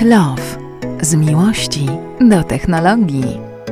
Tech Love. Z miłości do technologii.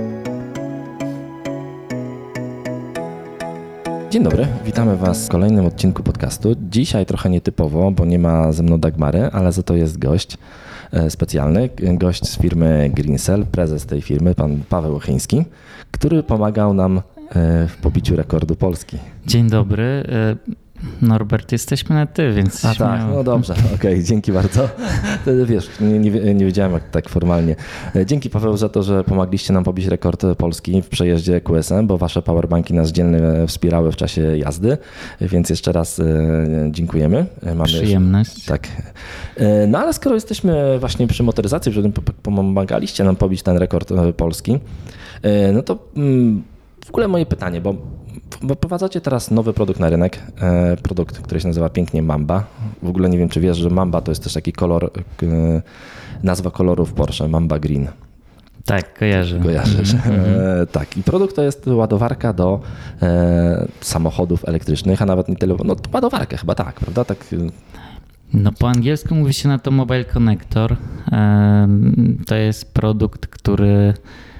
Dzień dobry, witamy Was w kolejnym odcinku podcastu. Dzisiaj trochę nietypowo, bo nie ma ze mną Dagmary, ale za to jest gość specjalny, gość z firmy Greencell, prezes tej firmy, pan Paweł Ochyński, który pomagał nam w pobiciu rekordu Polski. Dzień dobry. Norbert, jesteśmy na ty, więc śmiało. Tak, no dobrze, okej, dzięki bardzo. Wiesz, nie wiedziałem jak tak formalnie. Dzięki Paweł za to, że pomogliście nam pobić rekord Polski w przejeździe QSM, bo wasze powerbanki nas dzielnie wspierały w czasie jazdy, więc jeszcze raz dziękujemy. Mamy przyjemność. Tak. No ale skoro jesteśmy właśnie przy motoryzacji, że pomagaliście nam pobić ten rekord Polski, no to w ogóle moje pytanie, bo wprowadzacie teraz nowy produkt na rynek, produkt, który się nazywa pięknie Mamba. W ogóle nie wiem, czy wiesz, że Mamba to jest też taki kolor, nazwa koloru w Porsche, Mamba Green. Tak, kojarzę. Kojarzysz. Tak, i produkt to jest ładowarka do samochodów elektrycznych, a nawet nie tyle, no ładowarka chyba tak, prawda? Tak. No po angielsku mówi się na to Mobile Connector. To jest produkt, który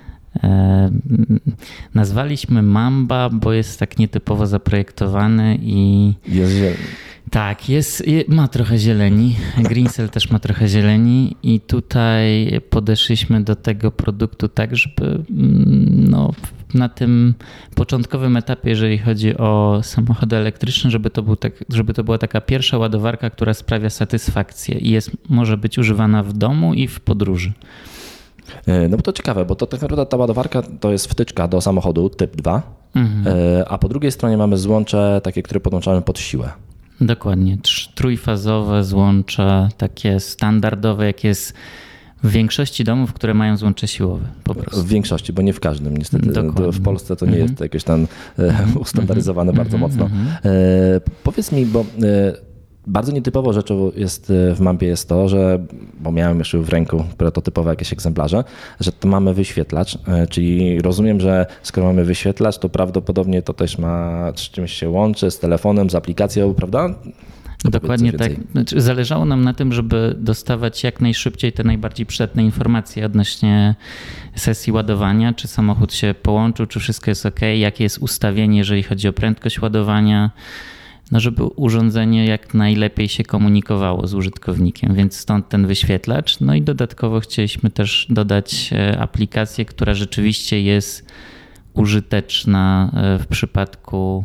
nazwaliśmy Mamba, bo jest tak nietypowo zaprojektowany i Jest zielony. Tak, ma trochę zieleni. Greencell też ma trochę zieleni i tutaj podeszliśmy do tego produktu tak, żeby na tym początkowym etapie, jeżeli chodzi o samochody elektryczne, żeby to była taka pierwsza ładowarka, która sprawia satysfakcję i może być używana w domu i w podróży. No bo to ciekawe, bo to tak naprawdę ta ładowarka to jest wtyczka do samochodu typ 2, a po drugiej stronie mamy złącze takie, które podłączamy pod siłę. Dokładnie, trójfazowe złącza, takie standardowe, jak jest w większości domów, które mają złącze siłowe po prostu. W większości, bo nie w każdym niestety. W Polsce to nie jest jakieś tam ustandaryzowane bardzo mocno. Powiedz mi, bo bardzo nietypową rzeczą jest w Mambie jest to, że, bo miałem jeszcze w ręku prototypowe jakieś egzemplarze, że to mamy wyświetlacz, czyli rozumiem, że skoro mamy wyświetlacz, to prawdopodobnie to też ma z czymś się łączy, z telefonem, z aplikacją, prawda? Dokładnie tak. Znaczy, zależało nam na tym, żeby dostawać jak najszybciej te najbardziej przydatne informacje odnośnie sesji ładowania, czy samochód się połączył, czy wszystko jest ok, jakie jest ustawienie, jeżeli chodzi o prędkość ładowania, żeby urządzenie jak najlepiej się komunikowało z użytkownikiem, więc stąd ten wyświetlacz. No i dodatkowo chcieliśmy też dodać aplikację, która rzeczywiście jest użyteczna w przypadku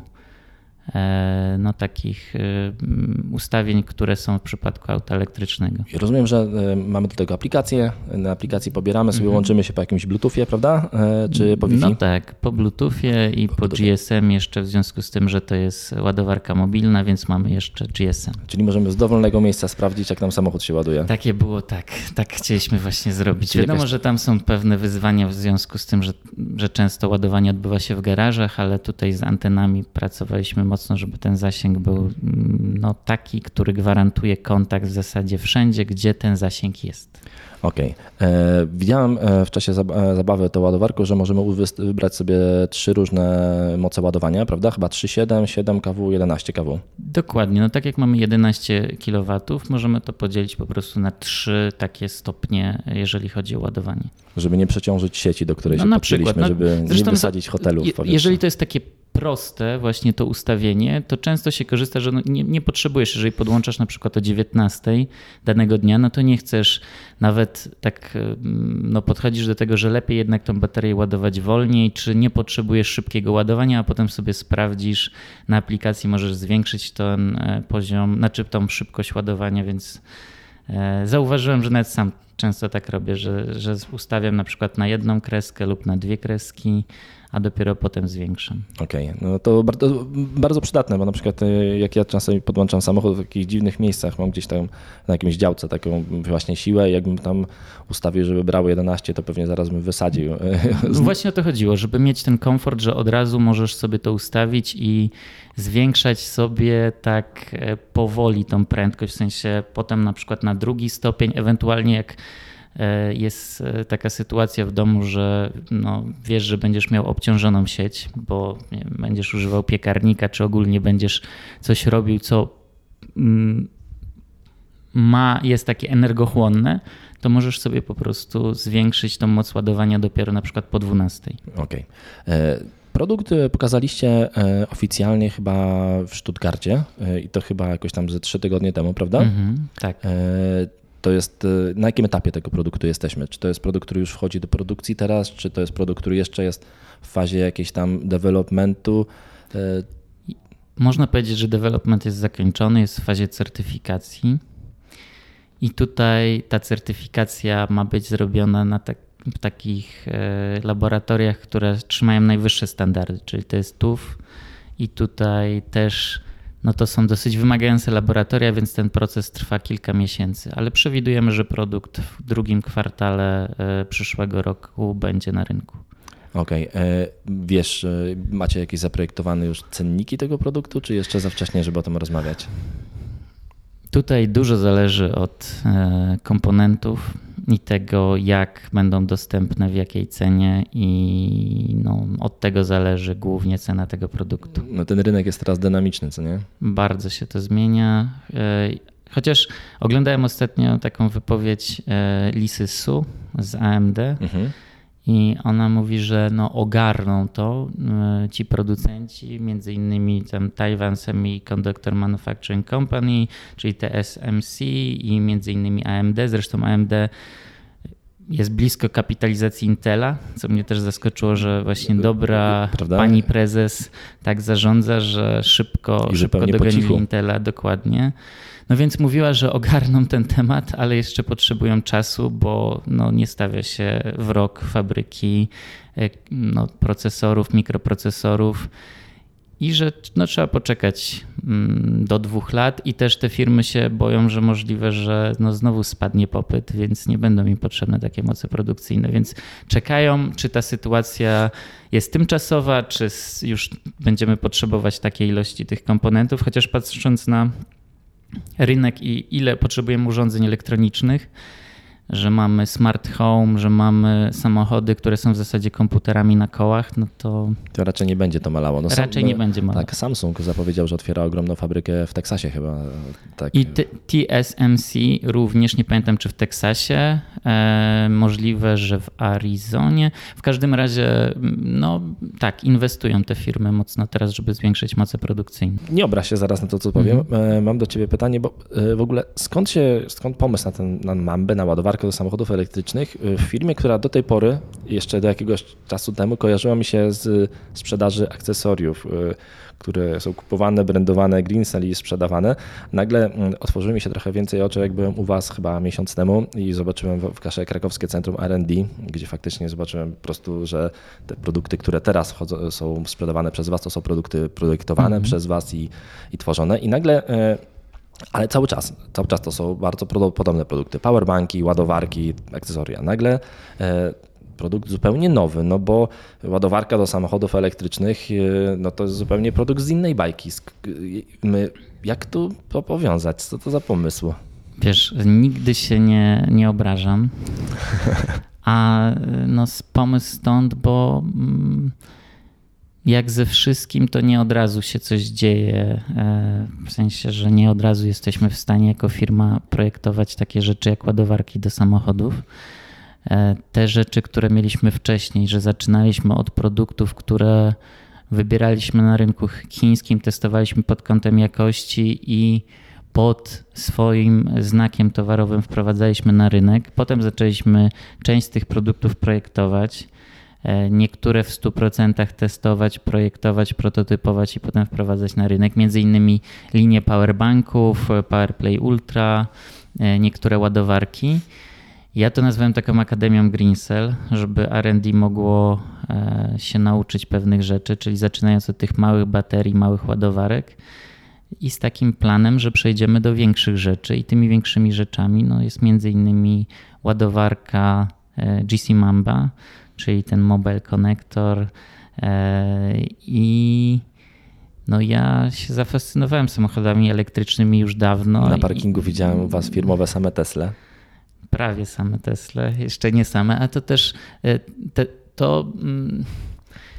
takich ustawień, które są w przypadku auta elektrycznego. I rozumiem, że mamy do tego aplikację, na aplikacji pobieramy sobie, łączymy się po jakimś Bluetoothie, prawda? Czy po Wi-Fi? No tak, po Bluetoothie i po GSM jeszcze w związku z tym, że to jest ładowarka mobilna, więc mamy jeszcze GSM. Czyli możemy z dowolnego miejsca sprawdzić, jak nam samochód się ładuje. Takie było, tak chcieliśmy właśnie zrobić. Wiadomo, że tam są pewne wyzwania w związku z tym, że często ładowanie odbywa się w garażach, ale tutaj z antenami pracowaliśmy mocno, żeby ten zasięg był taki, który gwarantuje kontakt w zasadzie wszędzie, gdzie ten zasięg jest. Okej. Widziałem w czasie zabawy tą ładowarką, że możemy wybrać sobie 3 różne moce ładowania, prawda? Chyba 3,7, 7 kW, 11 kW. Dokładnie. Tak jak mamy 11 kW, możemy to podzielić po prostu na 3 takie stopnie, jeżeli chodzi o ładowanie. Żeby nie przeciążyć sieci, do której się podpięliśmy, żeby nie wysadzić hotelu w powietrze. Jeżeli to jest takie proste właśnie to ustawienie, to często się korzysta, że nie potrzebujesz, jeżeli podłączasz na przykład o 19 danego dnia, to nie chcesz nawet tak, podchodzisz do tego, że lepiej jednak tą baterię ładować wolniej, czy nie potrzebujesz szybkiego ładowania, a potem sobie sprawdzisz, na aplikacji możesz zwiększyć ten poziom, tą szybkość ładowania, więc zauważyłem, że nawet sam często tak robię, że ustawiam na przykład na 1 kreskę lub na 2 kreski, a dopiero potem zwiększam. Okej, no to bardzo, bardzo przydatne, bo na przykład jak ja czasami podłączam samochód w jakichś dziwnych miejscach, mam gdzieś tam na jakimś działce taką właśnie siłę i jakbym tam ustawił, żeby brało 11, to pewnie zaraz bym wysadził. Właśnie o to chodziło, żeby mieć ten komfort, że od razu możesz sobie to ustawić i zwiększać sobie tak powoli tą prędkość, w sensie potem na przykład na 2 stopień, ewentualnie jak jest taka sytuacja w domu, że wiesz, że będziesz miał obciążoną sieć, bo będziesz używał piekarnika, czy ogólnie będziesz coś robił, co jest takie energochłonne, to możesz sobie po prostu zwiększyć tą moc ładowania dopiero na przykład po 12. Okej. Produkt pokazaliście oficjalnie chyba w Stuttgarcie i to chyba jakoś tam ze 3 tygodnie temu, prawda? Tak. To jest, na jakim etapie tego produktu jesteśmy? Czy to jest produkt, który już wchodzi do produkcji teraz, czy to jest produkt, który jeszcze jest w fazie jakiejś tam developmentu? Można powiedzieć, że development jest zakończony, jest w fazie certyfikacji i tutaj ta certyfikacja ma być zrobiona w takich laboratoriach, które trzymają najwyższe standardy, czyli to jest TÜV i tutaj też to są dosyć wymagające laboratoria, więc ten proces trwa kilka miesięcy, ale przewidujemy, że produkt w drugim kwartale przyszłego roku będzie na rynku. Okej. Wiesz, macie jakieś zaprojektowane już cenniki tego produktu, czy jeszcze za wcześnie, żeby o tym rozmawiać? Tutaj dużo zależy od komponentów i tego, jak będą dostępne, w jakiej cenie i od tego zależy głównie cena tego produktu. No ten rynek jest teraz dynamiczny, co nie? Bardzo się to zmienia. Chociaż oglądałem ostatnio taką wypowiedź Lisy Su z AMD i ona mówi, że ogarną to ci producenci, między innymi tam Taiwan Semiconductor Manufacturing Company, czyli TSMC i między innymi AMD. Zresztą AMD jest blisko kapitalizacji Intela, co mnie też zaskoczyło, że właśnie dobra pani prezes tak zarządza, że szybko dogonili Intela, dokładnie. No więc mówiła, że ogarną ten temat, ale jeszcze potrzebują czasu, bo nie stawia się w rok fabryki procesorów, mikroprocesorów i że trzeba poczekać do 2 lat i też te firmy się boją, że możliwe, że znowu spadnie popyt, więc nie będą im potrzebne takie moce produkcyjne, więc czekają, czy ta sytuacja jest tymczasowa, czy już będziemy potrzebować takiej ilości tych komponentów, chociaż patrząc na rynek i ile potrzebujemy urządzeń elektronicznych, że mamy smart home, że mamy samochody, które są w zasadzie komputerami na kołach, to raczej nie będzie to malało. Raczej nie będzie malało. Tak, Samsung zapowiedział, że otwiera ogromną fabrykę w Teksasie chyba. Tak. I TSMC również, nie pamiętam czy w Teksasie, możliwe, że w Arizonie. W każdym razie tak, inwestują te firmy mocno teraz, żeby zwiększyć moce produkcyjne. Nie obraź się zaraz na to, co powiem. Mam do ciebie pytanie, bo w ogóle skąd pomysł na Mambę, na ładowarkę do samochodów elektrycznych w firmie, która do tej pory, jeszcze do jakiegoś czasu temu, kojarzyła mi się z sprzedaży akcesoriów, które są kupowane, brandowane, Greencell i sprzedawane. Nagle otworzyły mi się trochę więcej oczy, jak byłem u was chyba miesiąc temu i zobaczyłem w Kasze Krakowskie Centrum R&D, gdzie faktycznie zobaczyłem po prostu, że te produkty, które teraz są sprzedawane przez was, to są produkty projektowane przez was i tworzone. I nagle ale cały czas to są bardzo podobne produkty. Powerbanki, ładowarki, akcesoria. Nagle produkt zupełnie nowy, bo ładowarka do samochodów elektrycznych to jest zupełnie produkt z innej bajki. Jak tu to powiązać? Co to za pomysł? Wiesz, nigdy się nie obrażam, a pomysł stąd, bo jak ze wszystkim, to nie od razu się coś dzieje, w sensie, że nie od razu jesteśmy w stanie jako firma projektować takie rzeczy jak ładowarki do samochodów. Te rzeczy, które mieliśmy wcześniej, że zaczynaliśmy od produktów, które wybieraliśmy na rynku chińskim, testowaliśmy pod kątem jakości i pod swoim znakiem towarowym wprowadzaliśmy na rynek. Potem zaczęliśmy część z tych produktów projektować. Niektóre w 100% testować, projektować, prototypować i potem wprowadzać na rynek. Między innymi linię powerbanków, PowerPlay Ultra, niektóre ładowarki. Ja to nazwałem taką akademią Greencell, żeby R&D mogło się nauczyć pewnych rzeczy, czyli zaczynając od tych małych baterii, małych ładowarek i z takim planem, że przejdziemy do większych rzeczy i tymi większymi rzeczami jest między innymi ładowarka GC Mamba, czyli ten Mobile Connector i ja się zafascynowałem samochodami elektrycznymi już dawno. Na parkingu widziałem u was firmowe same Tesle. Prawie same Tesle, jeszcze nie same, a to też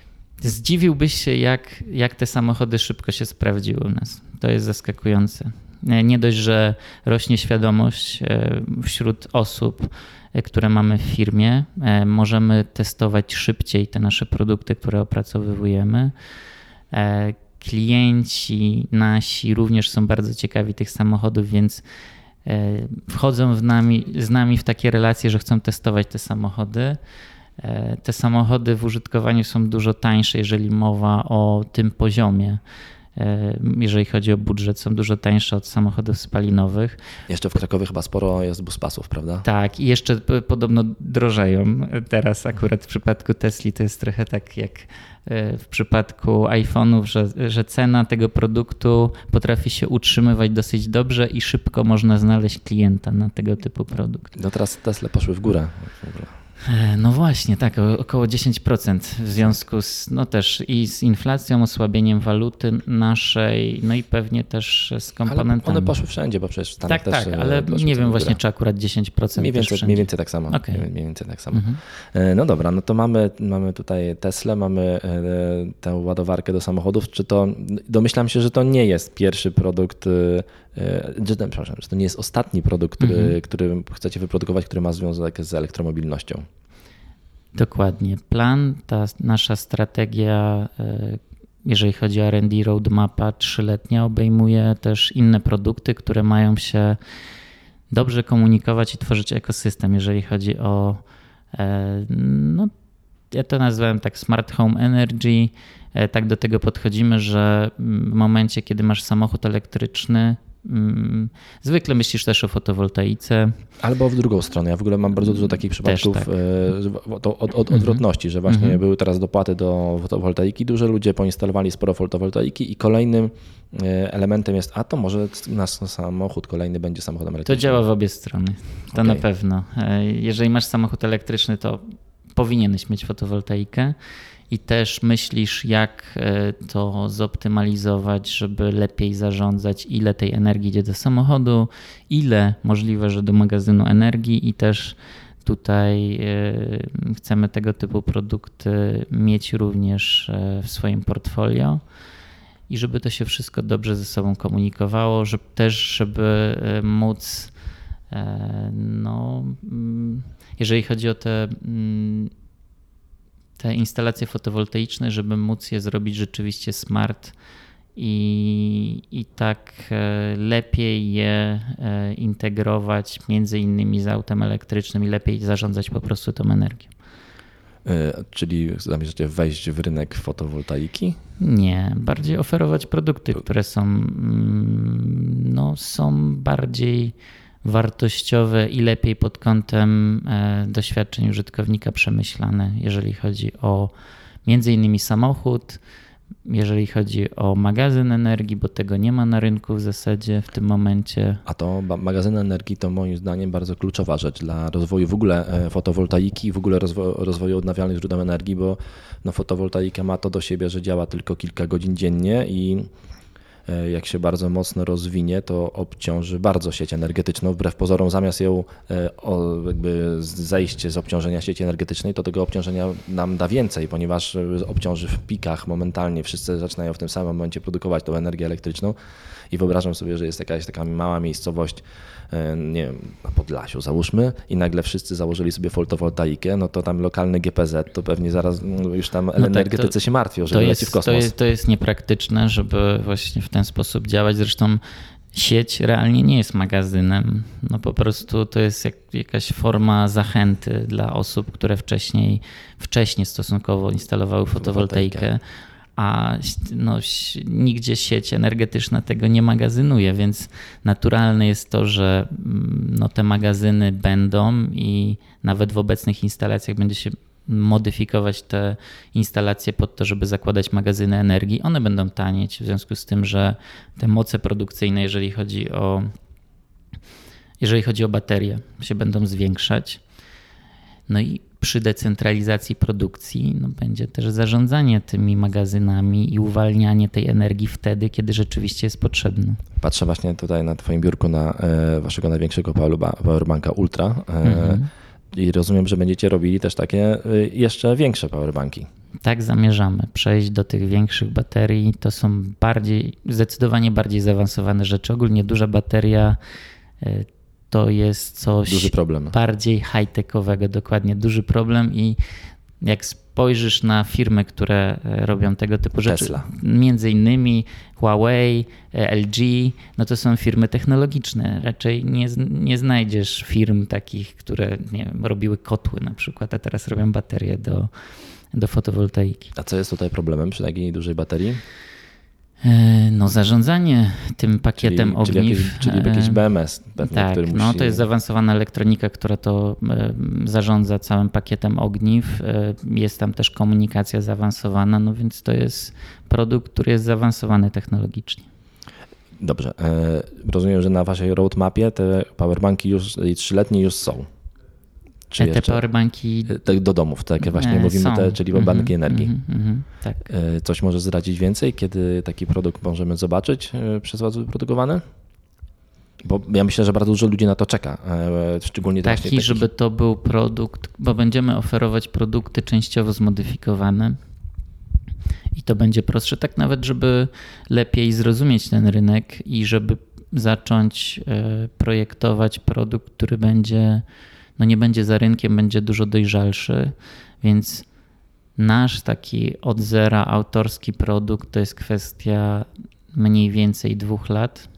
zdziwiłbyś się, jak te samochody szybko się sprawdziły u nas. To jest zaskakujące. Nie dość, że rośnie świadomość wśród osób, które mamy w firmie, możemy testować szybciej te nasze produkty, które opracowujemy. Klienci nasi również są bardzo ciekawi tych samochodów, więc wchodzą z nami w takie relacje, że chcą testować te samochody. Te samochody w użytkowaniu są dużo tańsze, jeżeli mowa o tym poziomie. Jeżeli chodzi o budżet, są dużo tańsze od samochodów spalinowych. Jeszcze w Krakowie chyba sporo jest buspasów, prawda? Tak, i jeszcze podobno drożeją. Teraz akurat w przypadku Tesli to jest trochę tak jak w przypadku iPhone'ów, że cena tego produktu potrafi się utrzymywać dosyć dobrze i szybko można znaleźć klienta na tego typu produkt. No teraz Tesla poszły w górę. No właśnie, tak, około 10% w związku z, no też i z inflacją, osłabieniem waluty naszej, no i pewnie też z komponentami. Ale one poszły wszędzie, bo przecież w Stanach też. Tak, ale nie wiem właśnie, czy akurat 10% mniej więcej tak samo. Okay. Mniej więcej tak samo. No dobra, no to mamy tutaj Teslę, mamy tę ładowarkę do samochodów. Czy to, domyślam się, że to nie jest pierwszy produkt, przepraszam, że to nie jest ostatni produkt, który chcecie wyprodukować, który ma związek z elektromobilnością. Dokładnie. Plan, ta nasza strategia, jeżeli chodzi o R&D roadmapa 3-letnia, obejmuje też inne produkty, które mają się dobrze komunikować i tworzyć ekosystem, jeżeli chodzi o, no ja to nazwałem tak Smart Home Energy. Tak do tego podchodzimy, że w momencie, kiedy masz samochód elektryczny, zwykle myślisz też o fotowoltaice. Albo w drugą stronę. Ja w ogóle mam bardzo dużo takich przypadków odwrotności, że właśnie były teraz dopłaty do fotowoltaiki. Duże ludzie poinstalowali sporo fotowoltaiki i kolejnym elementem jest, a to może nasz samochód kolejny będzie samochodem elektrycznym. To działa w obie strony. To na pewno. Jeżeli masz samochód elektryczny, to powinieneś mieć fotowoltaikę. I też myślisz, jak to zoptymalizować, żeby lepiej zarządzać, ile tej energii idzie do samochodu, ile możliwe, że do magazynu energii i też tutaj chcemy tego typu produkty mieć również w swoim portfolio i żeby to się wszystko dobrze ze sobą komunikowało, żeby móc, no, jeżeli chodzi o te instalacje fotowoltaiczne, żeby móc je zrobić rzeczywiście smart i tak lepiej je integrować między innymi z autem elektrycznym i lepiej zarządzać po prostu tą energią. Czyli zamierzacie wejść w rynek fotowoltaiki? Nie, bardziej oferować produkty, które są bardziej wartościowe i lepiej pod kątem doświadczeń użytkownika przemyślane, jeżeli chodzi o między innymi samochód, jeżeli chodzi o magazyn energii, bo tego nie ma na rynku w zasadzie w tym momencie. A to magazyn energii to moim zdaniem bardzo kluczowa rzecz dla rozwoju w ogóle fotowoltaiki i w ogóle rozwoju odnawialnych źródeł energii, bo fotowoltaika ma to do siebie, że działa tylko kilka godzin dziennie i jak się bardzo mocno rozwinie, to obciąży bardzo sieć energetyczną. Wbrew pozorom, zamiast ją jakby zejść z obciążenia sieci energetycznej, to tego obciążenia nam da więcej, ponieważ obciąży w pikach momentalnie. Wszyscy zaczynają w tym samym momencie produkować tą energię elektryczną i wyobrażam sobie, że jest jakaś taka mała miejscowość, nie wiem, na Podlasiu załóżmy i nagle wszyscy założyli sobie fotowoltaikę, no to tam lokalny GPZ to pewnie zaraz już tam energetycy się martwią, że leci w kosmos. To jest niepraktyczne, żeby właśnie w ten sposób działać. Zresztą sieć realnie nie jest magazynem. No po prostu to jest jakaś forma zachęty dla osób, które wcześniej stosunkowo instalowały fotowoltaikę. A nigdzie sieć energetyczna tego nie magazynuje, więc naturalne jest to, że te magazyny będą i nawet w obecnych instalacjach będzie się modyfikować te instalacje pod to, żeby zakładać magazyny energii. One będą tanieć w związku z tym, że te moce produkcyjne, jeżeli chodzi o baterie, się będą zwiększać. No i przy decentralizacji produkcji będzie też zarządzanie tymi magazynami i uwalnianie tej energii wtedy, kiedy rzeczywiście jest potrzebne. Patrzę właśnie tutaj na twoim biurku na waszego największego powerbanka Ultra i rozumiem, że będziecie robili też takie jeszcze większe powerbanki. Tak, zamierzamy przejść do tych większych baterii. To są zdecydowanie bardziej zaawansowane rzeczy. Ogólnie duża bateria to jest coś duży problem. Bardziej high-techowego, dokładnie duży problem i jak spojrzysz na firmy, które robią tego typu rzeczy, Tesla. Między innymi Huawei, LG, no to są firmy technologiczne. Raczej nie znajdziesz firm takich, które nie wiem, robiły kotły na przykład, a teraz robią baterie do fotowoltaiki. A co jest tutaj problemem przy takiej dużej baterii? No zarządzanie tym pakietem ogniw. Czyli jakieś BMS pewnie, tak, który musi... to jest zaawansowana elektronika, która to zarządza całym pakietem ogniw. Jest tam też komunikacja zaawansowana, no więc to jest produkt, który jest zaawansowany technologicznie. Dobrze. Rozumiem, że na waszej roadmapie te powerbanki już 3-letnie już są. Czy te powerbanki do domów, tak właśnie mówimy, czyli banki energii. Tak. Coś może zdradzić więcej, kiedy taki produkt możemy zobaczyć przez was wyprodukowany? Bo ja myślę, że bardzo dużo ludzi na to czeka. Szczególnie taki, żeby to był produkt, bo będziemy oferować produkty częściowo zmodyfikowane i to będzie prostsze, tak nawet, żeby lepiej zrozumieć ten rynek i żeby zacząć projektować produkt, który będzie nie będzie za rynkiem, będzie dużo dojrzalszy, więc nasz taki od zera autorski produkt to jest kwestia mniej więcej 2 lat.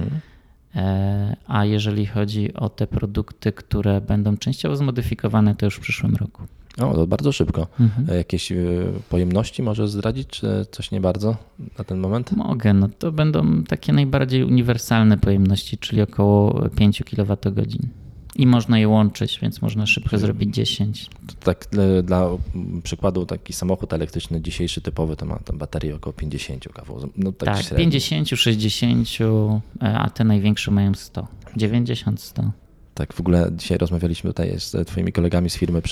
A jeżeli chodzi o te produkty, które będą częściowo zmodyfikowane, to już w przyszłym roku. To bardzo szybko. Jakieś pojemności możesz zdradzić, czy coś nie bardzo na ten moment? Mogę. To będą takie najbardziej uniwersalne pojemności, czyli około 5 kWh. I można je łączyć, więc można szybko zrobić 10. Tak dla przykładu taki samochód elektryczny dzisiejszy typowy to ma tam baterię około 50 kW. Tak, 50, 60, a te największe mają 100. 90, 100. Tak, w ogóle dzisiaj rozmawialiśmy tutaj z twoimi kolegami z firmy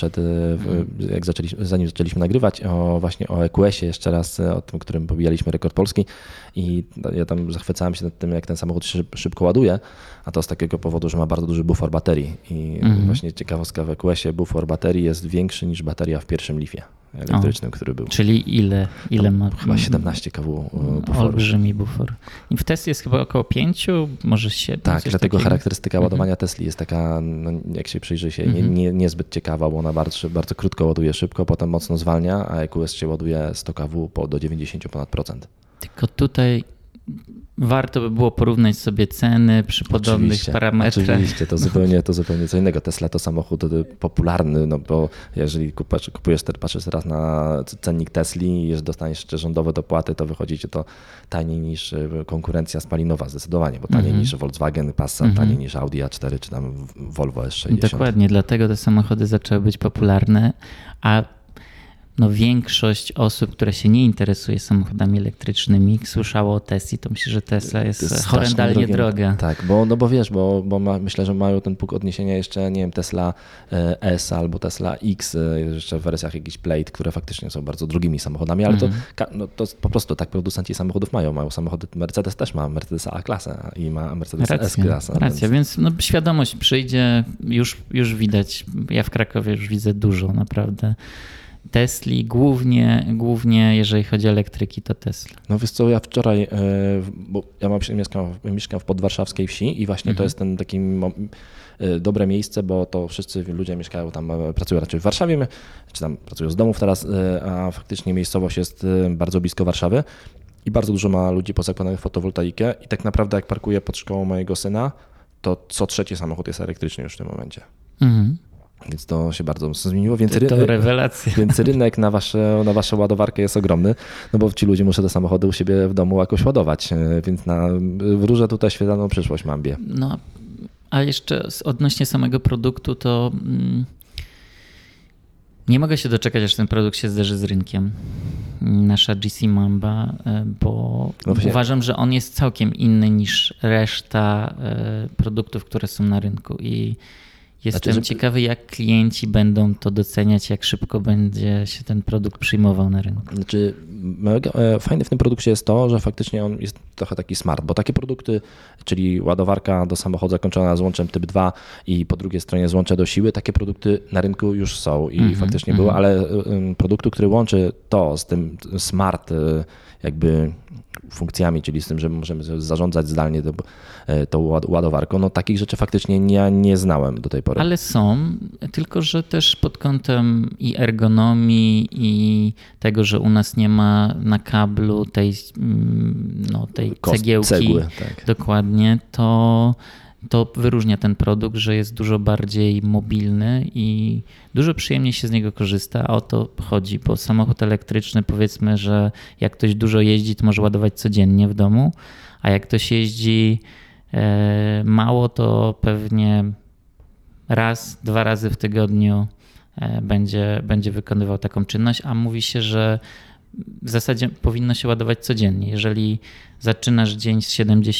zanim zaczęliśmy nagrywać właśnie o EQS-ie jeszcze raz, o tym, którym pobijaliśmy rekord polski i ja tam zachwycałem się nad tym, jak ten samochód się szybko ładuje, a to z takiego powodu, że ma bardzo duży bufor baterii i właśnie ciekawostka w EQS-ie bufor baterii jest większy niż bateria w pierwszym Leafie elektrycznym, który był. Czyli ile ma? Chyba 17 kW buforu. Olbrzymi bufor. I w Tesli jest chyba około 5, może 7. Tak, dlatego charakterystyka ładowania Tesli jest taka, jak się przyjrzy się, niezbyt ciekawa, bo ona bardzo krótko ładuje szybko, potem mocno zwalnia, a EQS się ładuje 100 kW do 90 ponad procent. Tylko tutaj warto by było porównać sobie ceny przy podobnych parametrach. Oczywiście, to zupełnie co innego. Tesla to samochód popularny, bo jeżeli patrzysz teraz na cennik Tesli i dostaniesz jeszcze rządowe dopłaty, to wychodzi ci to taniej niż konkurencja spalinowa zdecydowanie, bo taniej niż Volkswagen Passat, taniej niż Audi A4 czy tam Volvo S60. Dokładnie, dlatego te samochody zaczęły być popularne, a większość osób, które się nie interesuje samochodami elektrycznymi, słyszało o Tesli, to myślę, że Tesla jest horrendalnie droga. Tak, bo wiesz, bo myślę, że mają ten punkt odniesienia jeszcze, nie wiem, Tesla S albo Tesla X, jeszcze w wersjach jakiś Plate, które faktycznie są bardzo drogimi samochodami, ale to po prostu tak producenci samochodów mają samochody, Mercedes też ma Mercedesa A-klasę i ma Mercedesa S-klasę. Racja, więc świadomość przyjdzie, już widać, ja w Krakowie już widzę dużo naprawdę Tesli, głównie jeżeli chodzi o elektryki, to Tesla. Wiesz co, ja wczoraj, bo ja mieszkam w podwarszawskiej wsi i właśnie to jest ten taki dobre miejsce, bo to wszyscy ludzie mieszkają tam, pracują raczej w Warszawie, czy tam pracują z domów teraz, a faktycznie miejscowość jest bardzo blisko Warszawy i bardzo dużo ma ludzi pozakładanych w fotowoltaikę i tak naprawdę jak parkuję pod szkołą mojego syna, to co trzeci samochód jest elektryczny już w tym momencie. Więc to się bardzo mocno zmieniło, więc rewelacja. Więc rynek na waszą ładowarkę jest ogromny, bo ci ludzie muszą te samochody u siebie w domu jakoś ładować, więc wróżę tutaj świetlaną przyszłość Mambie. A jeszcze odnośnie samego produktu, to nie mogę się doczekać, aż ten produkt się zderzy z rynkiem. Nasza GC Mamba, bo uważam, że on jest całkiem inny niż reszta produktów, które są na rynku i jestem ciekawy, jak klienci będą to doceniać, jak szybko będzie się ten produkt przyjmował na rynku. Fajne w tym produkcie jest to, że faktycznie on jest trochę taki smart, bo takie produkty czyli ładowarka do samochodu zakończona złączem typ 2 i po drugiej stronie złącze do siły. Takie produkty na rynku już są i faktycznie były, ale produktu, który łączy to z tym smart jakby funkcjami, czyli z tym, że możemy zarządzać zdalnie tą ładowarką, no takich rzeczy faktycznie nie znałem do tej pory. Ale są, tylko że też pod kątem i ergonomii i tego, że u nas nie ma na kablu tej cegiełki, cegły, tak. Dokładnie, to wyróżnia ten produkt, że jest dużo bardziej mobilny i dużo przyjemniej się z niego korzysta, a o to chodzi, bo samochód elektryczny, powiedzmy, że jak ktoś dużo jeździ, to może ładować codziennie w domu, a jak ktoś jeździ mało, to pewnie raz, 2 razy w tygodniu będzie wykonywał taką czynność, a mówi się, że w zasadzie powinno się ładować codziennie. Jeżeli zaczynasz dzień z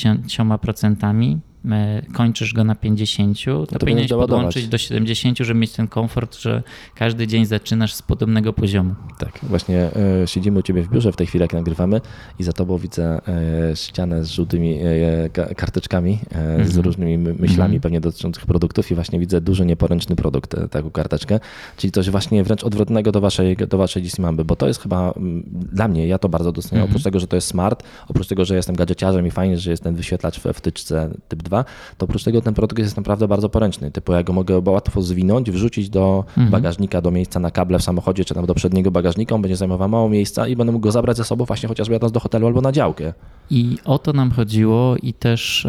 70%, kończysz go na 50%, to powinieneś podłączyć do 70%, żeby mieć ten komfort, że każdy dzień zaczynasz z podobnego poziomu. Tak, właśnie siedzimy u ciebie w biurze w tej chwili, jak nagrywamy i za tobą widzę ścianę z żółtymi karteczkami, z różnymi myślami pewnie dotyczących produktów i właśnie widzę duży nieporęczny produkt, taką karteczkę, czyli coś właśnie wręcz odwrotnego do waszej DC Mamby, bo to jest chyba dla mnie, ja to bardzo doceniam, oprócz tego, że to jest smart, oprócz tego, że jestem gadżeciarzem i fajnie, że jest ten wyświetlacz w wtyczce typ 2, to oprócz tego ten produkt jest naprawdę bardzo poręczny. Typu ja go mogę łatwo zwinąć, wrzucić do bagażnika, do miejsca na kable w samochodzie, czy tam do przedniego bagażnika, on będzie zajmował mało miejsca i będę mógł go zabrać ze sobą właśnie chociażby jadąc do hotelu albo na działkę. I o to nam chodziło i też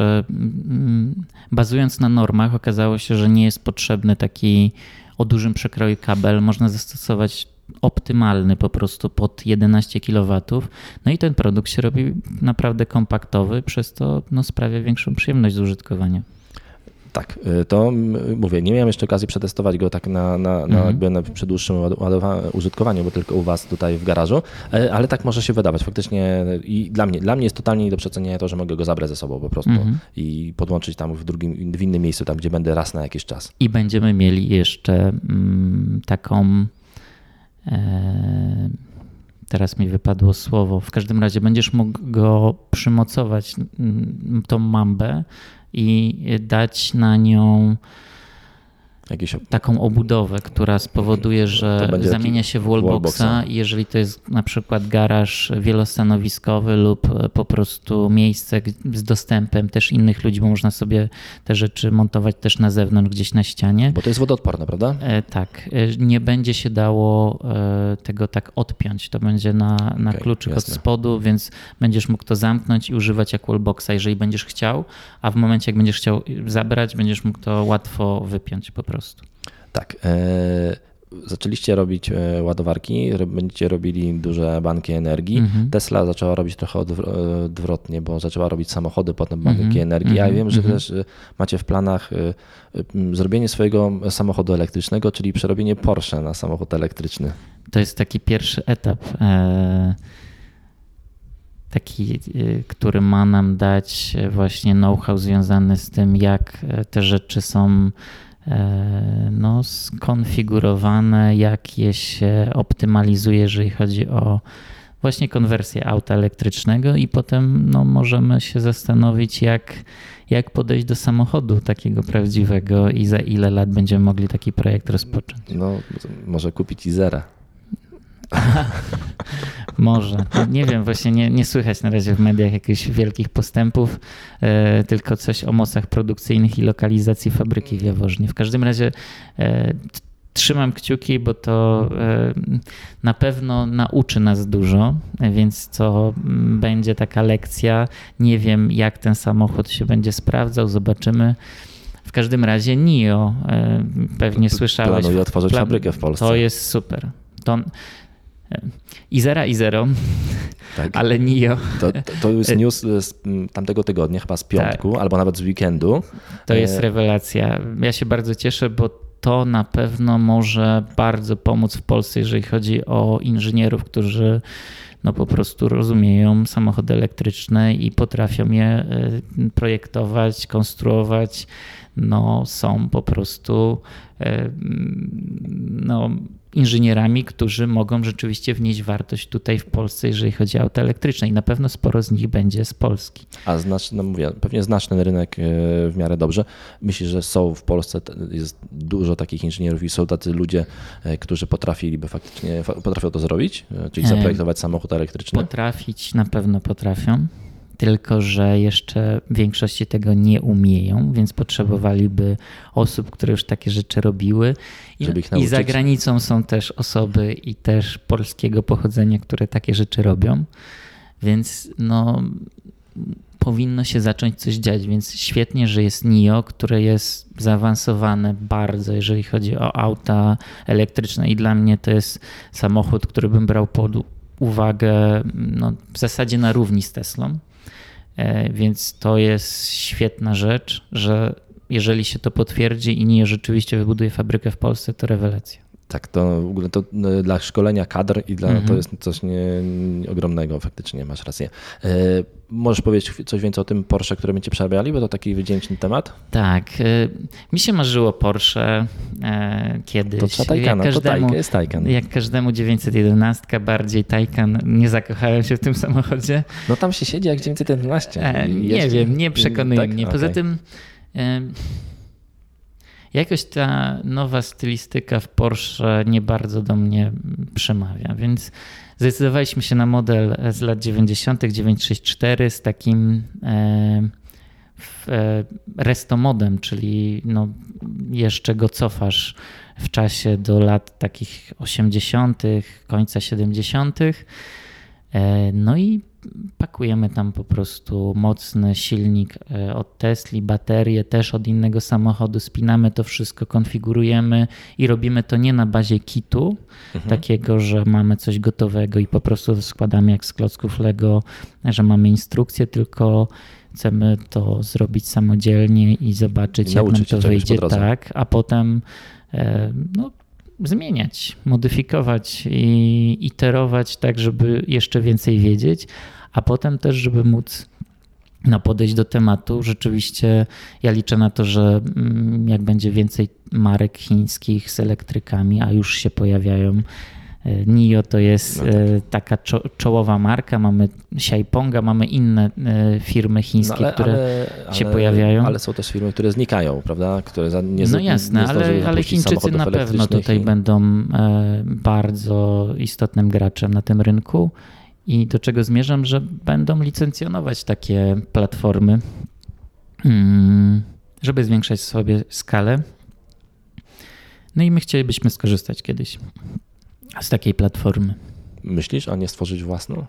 bazując na normach okazało się, że nie jest potrzebny taki o dużym przekroju kabel. Można zastosować optymalny po prostu pod 11 kW. No i ten produkt się robi naprawdę kompaktowy, przez to sprawia większą przyjemność z użytkowania. Tak, to mówię, nie miałem jeszcze okazji przetestować go tak przy dłuższym użytkowaniu, bo tylko u was tutaj w garażu, ale tak może się wydawać faktycznie i dla mnie jest totalnie nie do przecenienia to, że mogę go zabrać ze sobą po prostu i podłączyć tam w innym miejscu, tam gdzie będę raz na jakiś czas. I będziemy mieli jeszcze taką teraz mi wypadło słowo. W każdym razie będziesz mógł go przymocować, tą mambę i dać na nią taką obudowę, która spowoduje, że zamienia się w wallboxa i jeżeli to jest na przykład garaż wielostanowiskowy lub po prostu miejsce z dostępem też innych ludzi, bo można sobie te rzeczy montować też na zewnątrz, gdzieś na ścianie. Bo to jest wodoodporne, prawda? Tak. Nie będzie się dało tego tak odpiąć. To będzie na kluczyk jasne. Od spodu, więc będziesz mógł to zamknąć i używać jak wallboxa, jeżeli będziesz chciał, a w momencie jak będziesz chciał zabrać, będziesz mógł to łatwo wypiąć po prostu. Tak. Zaczęliście robić ładowarki, będziecie robili duże banki energii. Tesla zaczęła robić trochę odwrotnie, bo zaczęła robić samochody, potem banki energii. Ja wiem, że też macie w planach zrobienie swojego samochodu elektrycznego, czyli przerobienie Porsche na samochód elektryczny. To jest taki pierwszy etap. Taki, który ma nam dać właśnie know-how związany z tym, jak te rzeczy są skonfigurowane, jak je się optymalizuje, jeżeli chodzi o właśnie konwersję auta elektrycznego i potem możemy się zastanowić, jak podejść do samochodu takiego prawdziwego i za ile lat będziemy mogli taki projekt rozpocząć. Może kupić Izera. Może. Nie wiem, właśnie nie słychać na razie w mediach jakichś wielkich postępów, tylko coś o mocach produkcyjnych i lokalizacji fabryki w Jaworznie. W każdym razie trzymam kciuki, bo to na pewno nauczy nas dużo, więc to będzie taka lekcja. Nie wiem, jak ten samochód się będzie sprawdzał, zobaczymy. W każdym razie NIO, pewnie słyszałeś. Planuje otworzyć fabrykę w Polsce. To jest super. Izero, tak. Ale NIO. To jest news z tamtego tygodnia, chyba z piątku, tak. Albo nawet z weekendu. To jest rewelacja. Ja się bardzo cieszę, bo to na pewno może bardzo pomóc w Polsce, jeżeli chodzi o inżynierów, którzy po prostu rozumieją samochody elektryczne i potrafią je projektować, konstruować. Są po prostu inżynierami, którzy mogą rzeczywiście wnieść wartość tutaj w Polsce, jeżeli chodzi o auta elektryczne i na pewno sporo z nich będzie z Polski. A pewnie znasz ten rynek w miarę dobrze. Myślisz, że są w Polsce, jest dużo takich inżynierów i są tacy ludzie, którzy potrafią to zrobić, czyli zaprojektować samochód elektryczny? Potrafić na pewno potrafią. Tylko że jeszcze w większości tego nie umieją, więc potrzebowaliby osób, które już takie rzeczy robiły. I za granicą są też osoby i też polskiego pochodzenia, które takie rzeczy robią, więc powinno się zacząć coś dziać, więc świetnie, że jest NIO, które jest zaawansowane bardzo, jeżeli chodzi o auta elektryczne i dla mnie to jest samochód, który bym brał pod uwagę w zasadzie na równi z Teslą. Więc to jest świetna rzecz, że jeżeli się to potwierdzi i NIO rzeczywiście wybuduje fabrykę w Polsce, to rewelacja. Tak, to w ogóle to dla szkolenia kadr i to jest coś ogromnego, faktycznie masz rację. Możesz powiedzieć coś więcej o tym Porsche, które będziecie przerabiali, bo to taki wdzięczny temat? Tak, mi się marzyło Porsche kiedyś. To trzeba Taycana, jest Taycan. Jak każdemu 911, bardziej Taycan, nie zakochałem się w tym samochodzie. No tam się siedzi jak 911. Nie wiem, nie przekonuje mnie. Poza tym jakoś ta nowa stylistyka w Porsche nie bardzo do mnie przemawia, więc zdecydowaliśmy się na model z lat 90. 964 z takim restomodem, czyli jeszcze go cofasz w czasie do lat takich 80., końca 70. No i pakujemy tam po prostu mocny silnik od Tesli, baterię też od innego samochodu, spinamy to wszystko, konfigurujemy i robimy to nie na bazie kitu, takiego, że mamy coś gotowego i po prostu składamy jak z klocków Lego, że mamy instrukcję, tylko chcemy to zrobić samodzielnie i zobaczyć, jak nam to wyjdzie, tak, a potem zmieniać, modyfikować i iterować tak, żeby jeszcze więcej wiedzieć, a potem też, żeby móc podejść do tematu. Rzeczywiście ja liczę na to, że jak będzie więcej marek chińskich z elektrykami, a już się pojawiają. NIO to jest taka czołowa marka, mamy Xiaoponga, mamy inne firmy chińskie, które się pojawiają. Ale są też firmy, które znikają, prawda? Które jasne, ale Chińczycy na pewno tutaj będą bardzo istotnym graczem na tym rynku i do czego zmierzam, że będą licencjonować takie platformy, żeby zwiększać sobie skalę. No i my chcielibyśmy skorzystać kiedyś z takiej platformy. Myślisz, a nie stworzyć własną?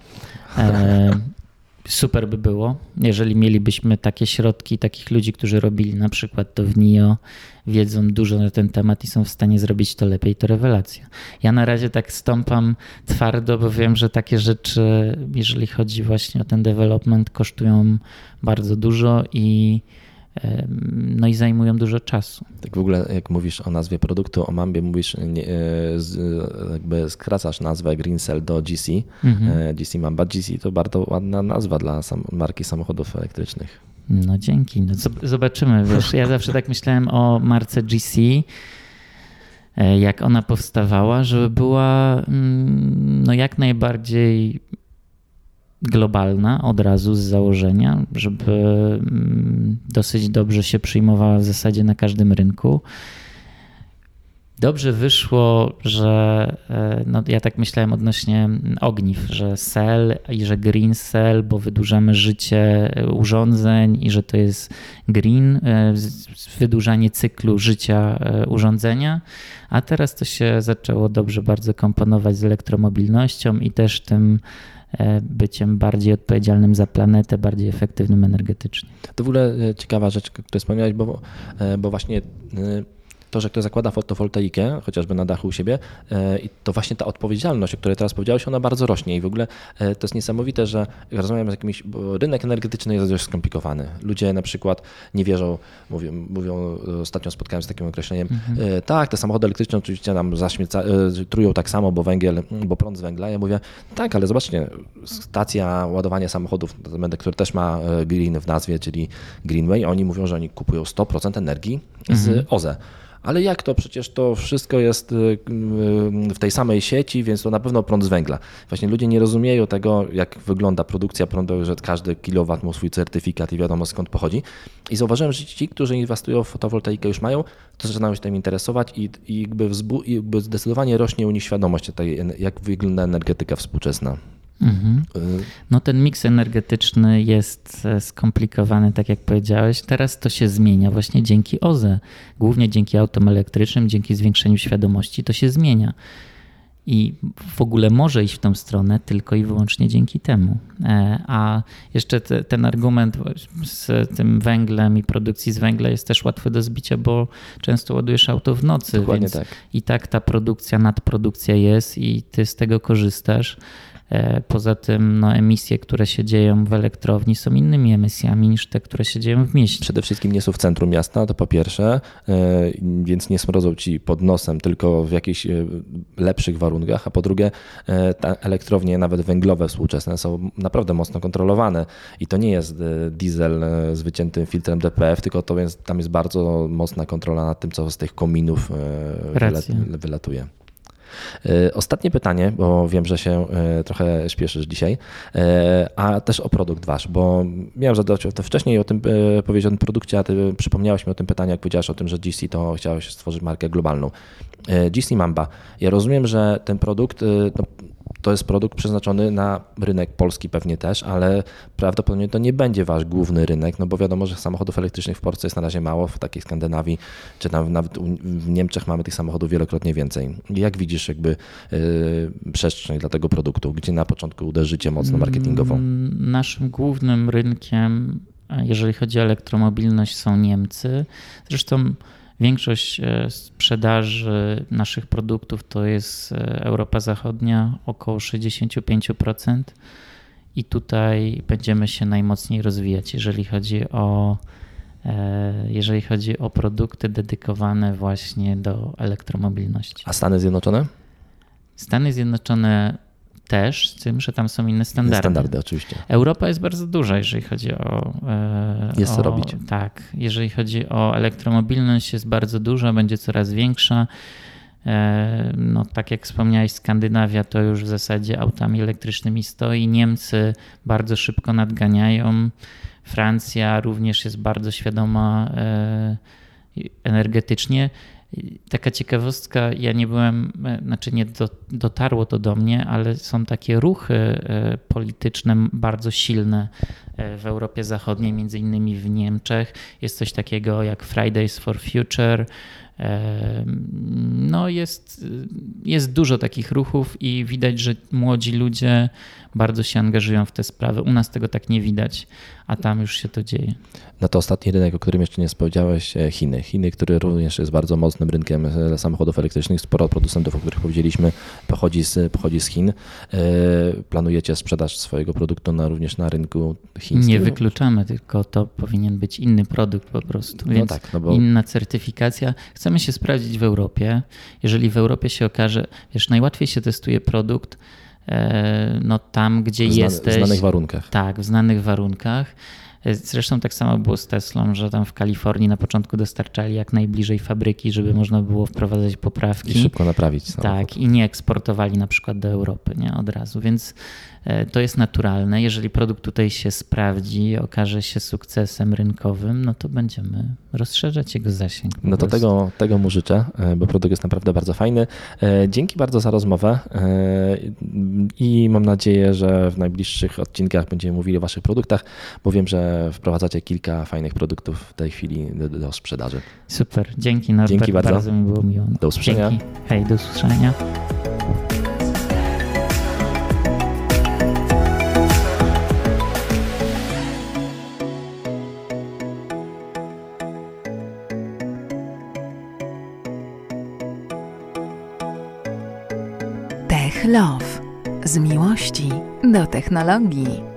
Super by było, jeżeli mielibyśmy takie środki, takich ludzi, którzy robili na przykład to w NIO, wiedzą dużo na ten temat i są w stanie zrobić to lepiej, to rewelacja. Ja na razie tak stąpam twardo, bo wiem, że takie rzeczy, jeżeli chodzi właśnie o ten development, kosztują bardzo dużo i zajmują dużo czasu. Tak w ogóle jak mówisz o nazwie produktu, o Mambie, mówisz, jakby skracasz nazwę Green Cell do GC, GC Mamba. GC to bardzo ładna nazwa dla marki samochodów elektrycznych. No dzięki. Zobaczymy. Wiesz, ja zawsze tak myślałem o marce GC, jak ona powstawała, żeby była jak najbardziej globalna od razu z założenia, żeby dosyć dobrze się przyjmowała w zasadzie na każdym rynku. Dobrze wyszło, że ja tak myślałem odnośnie ogniw, że cell i że green cell, bo wydłużamy życie urządzeń i że to jest green, wydłużanie cyklu życia urządzenia, a teraz to się zaczęło dobrze bardzo komponować z elektromobilnością i też tym byciem bardziej odpowiedzialnym za planetę, bardziej efektywnym energetycznie. To w ogóle ciekawa rzecz, którą wspomniałeś, bo właśnie to, że ktoś zakłada fotowoltaikę, chociażby na dachu u siebie, i to właśnie ta odpowiedzialność, o której teraz powiedziałeś, ona bardzo rośnie i w ogóle to jest niesamowite, że rozmawiam z jakimś, bo rynek energetyczny jest dość skomplikowany. Ludzie na przykład nie wierzą, mówią ostatnio spotkałem się z takim określeniem, tak, te samochody elektryczne oczywiście nam trują tak samo, bo prąd z węgla. Ja mówię, tak, ale zobaczcie, stacja ładowania samochodów, który też ma green w nazwie, czyli Greenway, oni mówią, że oni kupują 100% energii z OZE. ale jak to? Przecież to wszystko jest w tej samej sieci, więc to na pewno prąd z węgla. Właśnie ludzie nie rozumieją tego, jak wygląda produkcja prądu, że każdy kilowat ma swój certyfikat i wiadomo skąd pochodzi. I zauważyłem, że ci, którzy inwestują w fotowoltaikę już mają, to zaczynają się tym interesować i jakby zdecydowanie rośnie u nich świadomość tej, jak wygląda energetyka współczesna. No ten miks energetyczny jest skomplikowany, tak jak powiedziałeś. Teraz to się zmienia właśnie dzięki OZE, głównie dzięki autom elektrycznym, dzięki zwiększeniu świadomości to się zmienia. I w ogóle może iść w tą stronę tylko i wyłącznie dzięki temu. A jeszcze ten argument z tym węglem i produkcji z węgla jest też łatwy do zbicia, bo często ładujesz auto w nocy, dokładnie więc tak. I tak ta produkcja, nadprodukcja jest i ty z tego korzystasz. Poza tym emisje, które się dzieją w elektrowni są innymi emisjami niż te, które się dzieją w mieście. Przede wszystkim nie są w centrum miasta, to po pierwsze, więc nie smrodzą ci pod nosem, tylko w jakichś lepszych warunkach, a po drugie te elektrownie, nawet węglowe współczesne, są naprawdę mocno kontrolowane i to nie jest diesel z wyciętym filtrem DPF, tylko tam jest bardzo mocna kontrola nad tym, co z tych kominów wylatuje. Ostatnie pytanie, bo wiem, że się trochę śpieszysz dzisiaj, a też o produkt wasz, bo miałem zadać o to wcześniej, o tym powiedzieć o tym produkcie, a ty przypomniałeś mi o tym pytaniu, jak powiedziałeś o tym, że GC to chciałeś stworzyć markę globalną. GC Mamba. Ja rozumiem, że ten produkt to jest produkt przeznaczony na rynek polski pewnie też, ale prawdopodobnie to nie będzie wasz główny rynek, no bo wiadomo, że samochodów elektrycznych w Polsce jest na razie mało, w takiej Skandynawii, czy tam nawet w Niemczech mamy tych samochodów wielokrotnie więcej. Jak widzisz jakby przestrzeń dla tego produktu, gdzie na początku uderzycie mocno marketingowo? Naszym głównym rynkiem, jeżeli chodzi o elektromobilność, są Niemcy. Zresztą większość sprzedaży naszych produktów to jest Europa Zachodnia, około 65%. I tutaj będziemy się najmocniej rozwijać, jeżeli chodzi o produkty dedykowane właśnie do elektromobilności. A Stany Zjednoczone? Stany Zjednoczone też, z tym, że tam są inne standardy. Standardy, oczywiście. Europa jest bardzo duża, jeżeli chodzi o... Jest co robić. Tak, jeżeli chodzi o elektromobilność, jest bardzo duża, będzie coraz większa. No, tak jak wspomniałeś, Skandynawia to już w zasadzie autami elektrycznymi stoi. Niemcy bardzo szybko nadganiają. Francja również jest bardzo świadoma energetycznie. Taka ciekawostka, ja nie byłem, nie dotarło to do mnie, ale są takie ruchy polityczne bardzo silne w Europie Zachodniej, między innymi w Niemczech. Jest coś takiego jak Fridays for Future. No jest dużo takich ruchów i widać, że młodzi ludzie bardzo się angażują w te sprawy. U nas tego tak nie widać, a tam już się to dzieje. No to ostatni rynek, o którym jeszcze nie powiedziałeś, Chiny. Chiny, który również jest bardzo mocnym rynkiem samochodów elektrycznych. Sporo producentów, o których powiedzieliśmy, pochodzi z Chin. Planujecie sprzedaż swojego produktu również na rynku chińskim? Nie wykluczamy, tylko to powinien być inny produkt po prostu. Więc inna certyfikacja. Chcemy się sprawdzić w Europie. Jeżeli w Europie się okaże, najłatwiej się testuje produkt tam, gdzie jesteś. W znanych warunkach. Tak, w znanych warunkach. Zresztą tak samo było z Teslą, że tam w Kalifornii na początku dostarczali jak najbliżej fabryki, żeby można było wprowadzać poprawki. I szybko naprawić samochód. Tak, i nie eksportowali na przykład do Europy od razu, więc to jest naturalne. Jeżeli produkt tutaj się sprawdzi, okaże się sukcesem rynkowym, no to będziemy rozszerzać jego zasięg. No to tego mu życzę, bo produkt jest naprawdę bardzo fajny. Dzięki bardzo za rozmowę i mam nadzieję, że w najbliższych odcinkach będziemy mówili o waszych produktach, bo wiem, że wprowadzacie kilka fajnych produktów w tej chwili do sprzedaży. Super, dzięki Norbert, dzięki bardzo mi było miło. Do usłyszenia. Dzięki. Hej, do usłyszenia. Tech Love. Z miłości do technologii.